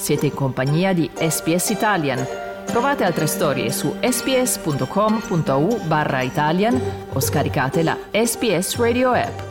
Siete in compagnia di SBS Italian. Trovate altre storie su sbs.com.au/Italian o scaricate la SBS Radio app.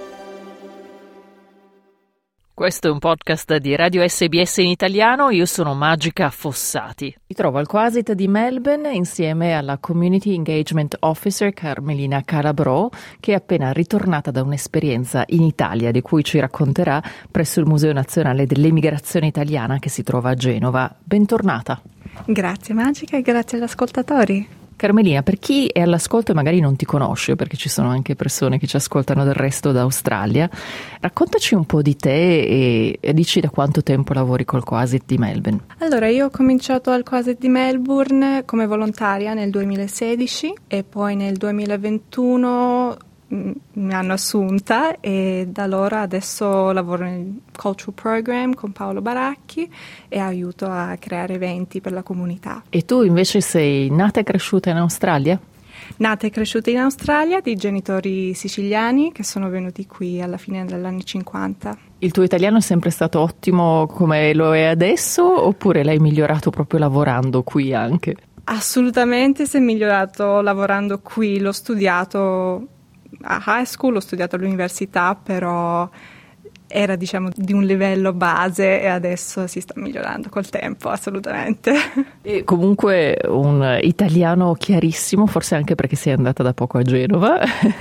Questo è un podcast di Radio SBS in italiano, io sono Magica Fossati. Mi trovo al Quasit di Melbourne insieme alla Community Engagement Officer Carmelina Calabrò, che è appena ritornata da un'esperienza in Italia di cui ci racconterà presso il Museo Nazionale dell'Emigrazione Italiana che si trova a Genova. Bentornata. Grazie Magica e grazie agli ascoltatori. Carmelina, per chi è all'ascolto e magari non ti conosce, perché ci sono anche persone che ci ascoltano del resto d'Australia, raccontaci un po' di te e dici da quanto tempo lavori col Quasit di Melbourne. Allora, io ho cominciato al Quasit di Melbourne come volontaria nel 2016 e poi nel 2021 mi hanno assunta e da allora adesso lavoro nel Cultural Program con Paolo Baracchi e aiuto a creare eventi per la comunità. E tu invece sei nata e cresciuta in Australia? Nata e cresciuta in Australia, di genitori siciliani che sono venuti qui alla fine degli anni 50. Il tuo italiano è sempre stato ottimo come lo è adesso oppure l'hai migliorato proprio lavorando qui anche? Assolutamente si è migliorato lavorando qui, l'ho studiato a high school, ho studiato all'università, però era di un livello base e adesso si sta migliorando col tempo, assolutamente. E comunque un italiano chiarissimo, forse anche perché sei andata da poco a Genova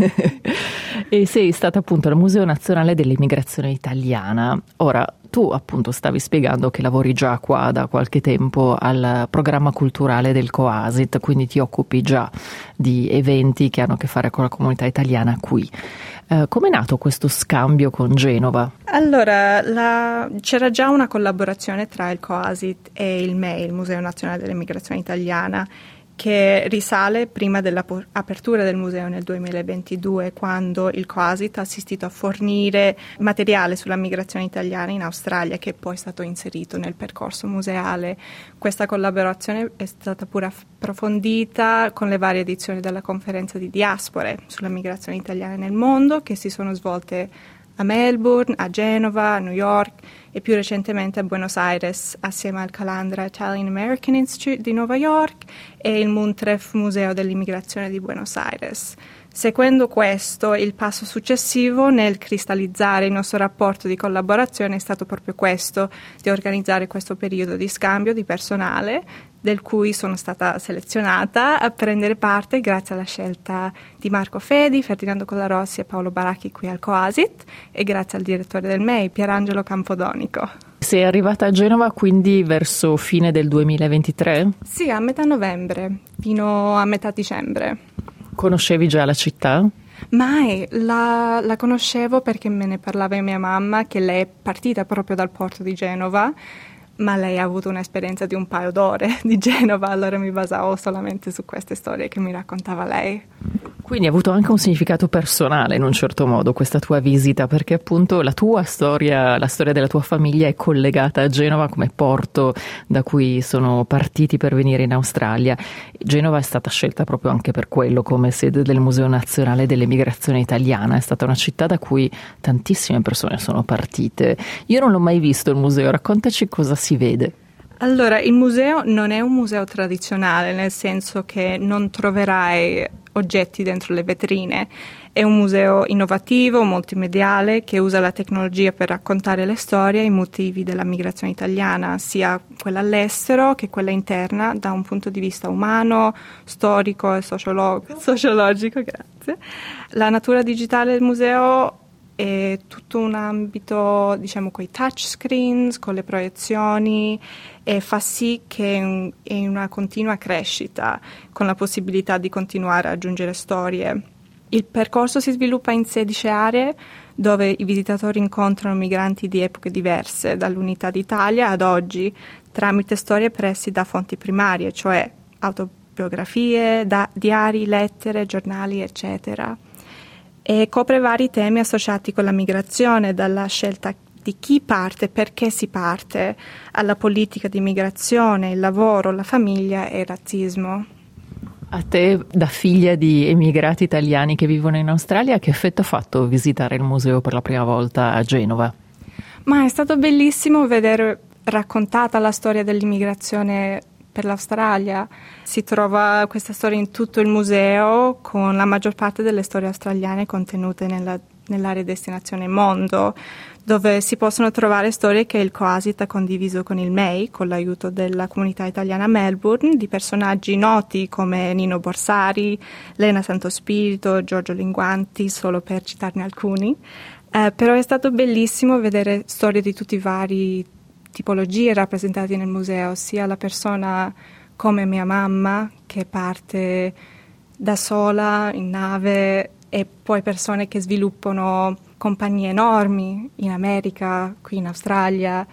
e sei stata appunto al Museo Nazionale dell'Emigrazione Italiana. Ora, tu appunto stavi spiegando che lavori già qua da qualche tempo al programma culturale del Coasit, quindi ti occupi già di eventi che hanno a che fare con la comunità italiana qui. Com'è nato questo scambio con Genova? Allora, c'era già una collaborazione tra il Coasit e il MEI, il Museo Nazionale dell'Emigrazione Italiana, che risale prima dell'apertura del museo nel 2022, quando il Coasit ha assistito a fornire materiale sulla migrazione italiana in Australia, che poi è stato inserito nel percorso museale. Questa collaborazione è stata pure approfondita con le varie edizioni della conferenza di diaspore sulla migrazione italiana nel mondo, che si sono svolte a Melbourne, a Genova, a New York e più recentemente a Buenos Aires assieme al Calandra Italian American Institute di New York e il Muntref Museo dell'Immigrazione di Buenos Aires. Seguendo questo, il passo successivo nel cristallizzare il nostro rapporto di collaborazione è stato proprio questo, di organizzare questo periodo di scambio di personale, del cui sono stata selezionata a prendere parte grazie alla scelta di Marco Fedi, Ferdinando Collarossi e Paolo Baracchi qui al Coasit e grazie al direttore del MEI, Pierangelo Campodonico. Sei arrivata a Genova quindi verso fine del 2023? Sì, a metà novembre, fino a metà dicembre. Conoscevi già la città? Mai, la conoscevo perché me ne parlava mia mamma, che lei è partita proprio dal porto di Genova, ma lei ha avuto un'esperienza di un paio d'ore di Genova, allora mi basavo solamente su queste storie che mi raccontava lei. Quindi ha avuto anche un significato personale in un certo modo questa tua visita, perché appunto la tua storia, la storia della tua famiglia è collegata a Genova come porto da cui sono partiti per venire in Australia. Genova è stata scelta proprio anche per quello come sede del Museo Nazionale dell'Emigrazione Italiana, è stata una città da cui tantissime persone sono partite. Io non l'ho mai visto il museo, raccontaci cosa si vede. Allora, il museo non è un museo tradizionale, nel senso che non troverai oggetti dentro le vetrine. È un museo innovativo, multimediale, che usa la tecnologia per raccontare le storie e i motivi della migrazione italiana, sia quella all'estero che quella interna, da un punto di vista umano, storico e sociologico. Grazie. La natura digitale del museo è tutto un ambito, coi touchscreens, con le proiezioni, e fa sì che è in una continua crescita, con la possibilità di continuare a aggiungere storie. Il percorso si sviluppa in 16 aree, dove i visitatori incontrano migranti di epoche diverse, dall'Unità d'Italia ad oggi, tramite storie prese da fonti primarie, cioè autobiografie, diari, lettere, giornali, eccetera. E copre vari temi associati con la migrazione, dalla scelta di chi parte, perché si parte, alla politica di migrazione, il lavoro, la famiglia e il razzismo. A te, da figlia di emigrati italiani che vivono in Australia, che effetto ha fatto visitare il museo per la prima volta a Genova? Ma è stato bellissimo vedere raccontata la storia dell'immigrazione per l'Australia. Si trova questa storia in tutto il museo, con la maggior parte delle storie australiane contenute nell'area destinazione Mondo, dove si possono trovare storie che il Coasit ha condiviso con il MEI, con l'aiuto della comunità italiana a Melbourne, di personaggi noti come Nino Borsari, Lena Santospirito, Giorgio Linguanti, solo per citarne alcuni. Però è stato bellissimo vedere storie di tutti i vari tipologie rappresentate nel museo, sia la persona come mia mamma, che parte da sola in nave, e poi persone che sviluppano compagnie enormi in America, qui in Australia.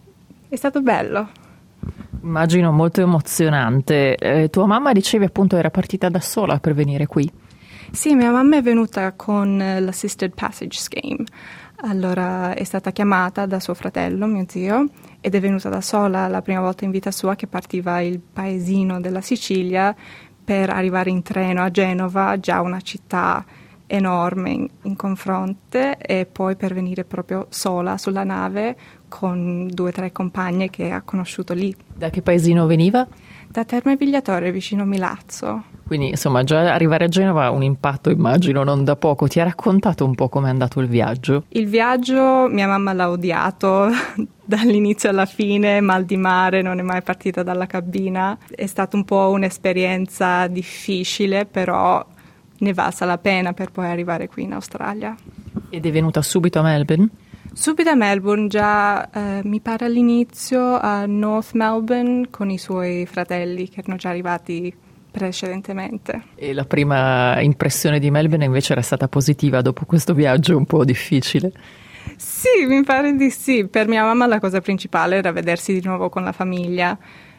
È stato bello. Immagino molto emozionante. Tua mamma, dicevi, appunto, era partita da sola per venire qui? Sì, mia mamma è venuta con l'Assisted Passage Scheme. Allora è stata chiamata da suo fratello, mio zio, ed è venuta da sola la prima volta in vita sua, che partiva il paesino della Sicilia per arrivare in treno a Genova, già una città enorme in confronto, e poi per venire proprio sola sulla nave con 2 o 3 compagne che ha conosciuto lì. Da che paesino veniva? Da Terme Vigliatore, vicino Milazzo. Quindi insomma già arrivare a Genova ha un impatto, immagino, non da poco. Ti ha raccontato un po' com'è andato il viaggio? Il viaggio mia mamma l'ha odiato dall'inizio alla fine, mal di mare, non è mai partita dalla cabina. È stata un po' un'esperienza difficile, però ne valsa la pena per poi arrivare qui in Australia. Ed è venuta subito a Melbourne? Subito a Melbourne, già mi pare all'inizio a North Melbourne con i suoi fratelli che erano già arrivati precedentemente. E la prima impressione di Melbourne invece era stata positiva dopo questo viaggio un po' difficile? Sì, mi pare di sì. Per mia mamma la cosa principale era vedersi di nuovo con la famiglia.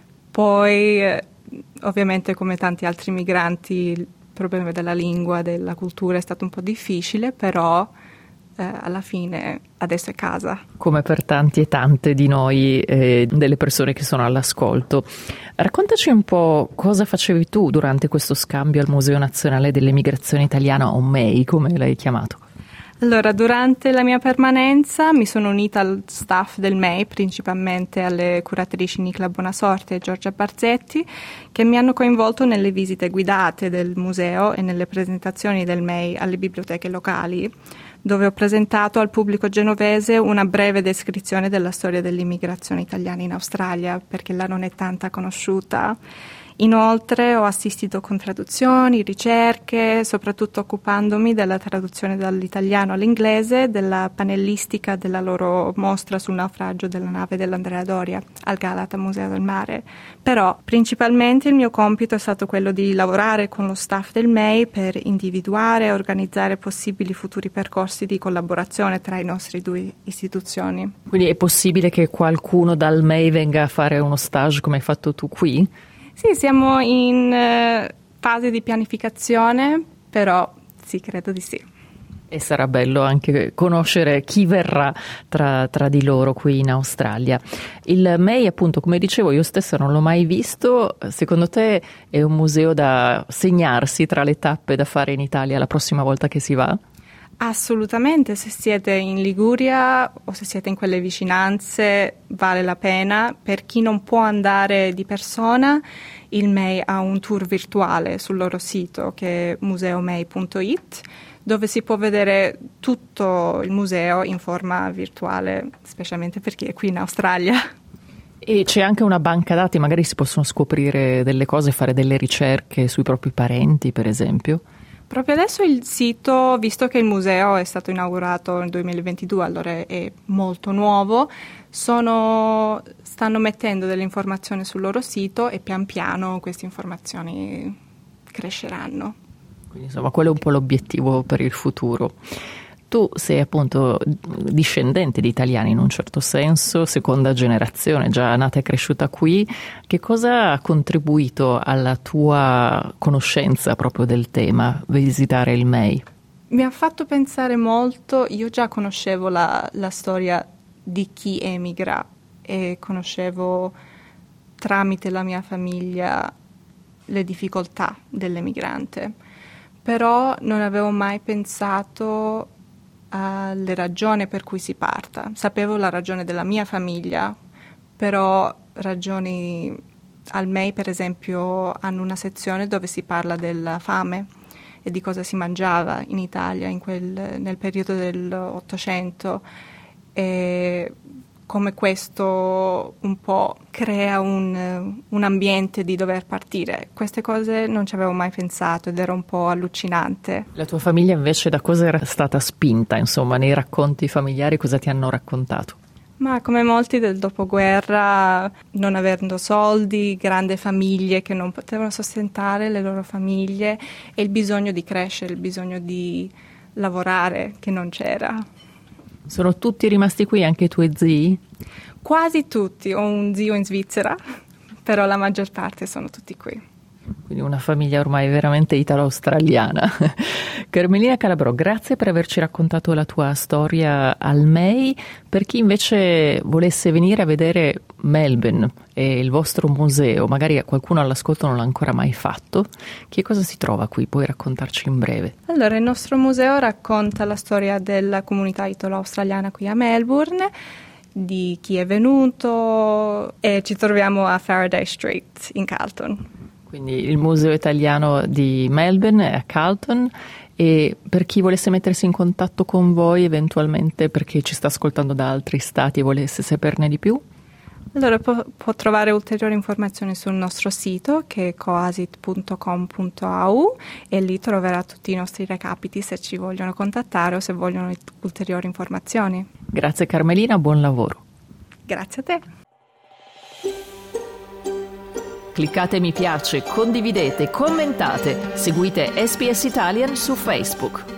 Poi, ovviamente, come tanti altri migranti, il problema della lingua, della cultura è stato un po' difficile, però alla fine adesso è casa. Come per tanti e tante di noi, delle persone che sono all'ascolto. Raccontaci un po' cosa facevi tu durante questo scambio al Museo Nazionale dell'Emigrazione Italiana, o MEI, come l'hai chiamato? Allora, durante la mia permanenza mi sono unita al staff del MEI, principalmente alle curatrici Nicla Bonasorte e Giorgia Barzetti, che mi hanno coinvolto nelle visite guidate del museo e nelle presentazioni del MEI alle biblioteche locali, dove ho presentato al pubblico genovese una breve descrizione della storia dell'immigrazione italiana in Australia, perché là non è tanta conosciuta. Inoltre ho assistito con traduzioni, ricerche, soprattutto occupandomi della traduzione dall'italiano all'inglese, della panelistica della loro mostra sul naufragio della nave dell'Andrea Doria al Galata Museo del Mare. Però principalmente il mio compito è stato quello di lavorare con lo staff del MEI per individuare e organizzare possibili futuri percorsi di collaborazione tra i nostri 2 istituzioni. Quindi è possibile che qualcuno dal MEI venga a fare uno stage come hai fatto tu qui? Sì, siamo in fase di pianificazione, però sì, credo di sì. E sarà bello anche conoscere chi verrà tra di loro qui in Australia. Il MEI, appunto, come dicevo, io stessa non l'ho mai visto. Secondo te è un museo da segnarsi tra le tappe da fare in Italia la prossima volta che si va? Assolutamente, se siete in Liguria o se siete in quelle vicinanze vale la pena. Per chi non può andare di persona, il MEI ha un tour virtuale sul loro sito, che è museomei.it, dove si può vedere tutto il museo in forma virtuale, specialmente per chi è qui in Australia. E c'è anche una banca dati, magari si possono scoprire delle cose, fare delle ricerche sui propri parenti, per esempio? Proprio adesso il sito, visto che il museo è stato inaugurato nel 2022, allora è molto nuovo, stanno mettendo delle informazioni sul loro sito e pian piano queste informazioni cresceranno. Quindi insomma quello è un po' l'obiettivo per il futuro. Tu sei appunto discendente di italiani in un certo senso, seconda generazione, già nata e cresciuta qui. Che cosa ha contribuito alla tua conoscenza proprio del tema, visitare il MEI? Mi ha fatto pensare molto, io già conoscevo la storia di chi emigra e conoscevo tramite la mia famiglia le difficoltà dell'emigrante, però non avevo mai pensato alle ragioni per cui si parta. Sapevo la ragione della mia famiglia, però ragioni al MEI, per esempio, hanno una sezione dove si parla della fame e di cosa si mangiava in Italia nel periodo dell'Ottocento, e come questo un po' crea un ambiente di dover partire. Queste cose non ci avevo mai pensato ed era un po' allucinante. La tua famiglia invece da cosa era stata spinta, insomma, nei racconti familiari cosa ti hanno raccontato? Ma come molti del dopoguerra, non avendo soldi, grandi famiglie che non potevano sostentare le loro famiglie e il bisogno di crescere, il bisogno di lavorare che non c'era. Sono tutti rimasti qui, anche i tuoi zii? Quasi tutti, ho un zio in Svizzera, però la maggior parte sono tutti qui. Quindi una famiglia ormai veramente italo-australiana. Carmelina Calabrò, grazie per averci raccontato la tua storia al MEI. Per chi invece volesse venire a vedere Melbourne e il vostro museo, magari qualcuno all'ascolto non l'ha ancora mai fatto, che cosa si trova qui? Puoi raccontarci in breve? Allora, il nostro museo racconta la storia della comunità italo-australiana qui a Melbourne, di chi è venuto, e ci troviamo a Faraday Street in Carlton. Quindi il Museo Italiano di Melbourne è a Carlton, e per chi volesse mettersi in contatto con voi eventualmente perché ci sta ascoltando da altri stati e volesse saperne di più? Allora può trovare ulteriori informazioni sul nostro sito che è coasit.com.au e lì troverà tutti i nostri recapiti se ci vogliono contattare o se vogliono ulteriori informazioni. Grazie Carmelina, buon lavoro. Grazie a te. Cliccate mi piace, condividete, commentate, seguite SBS Italian su Facebook.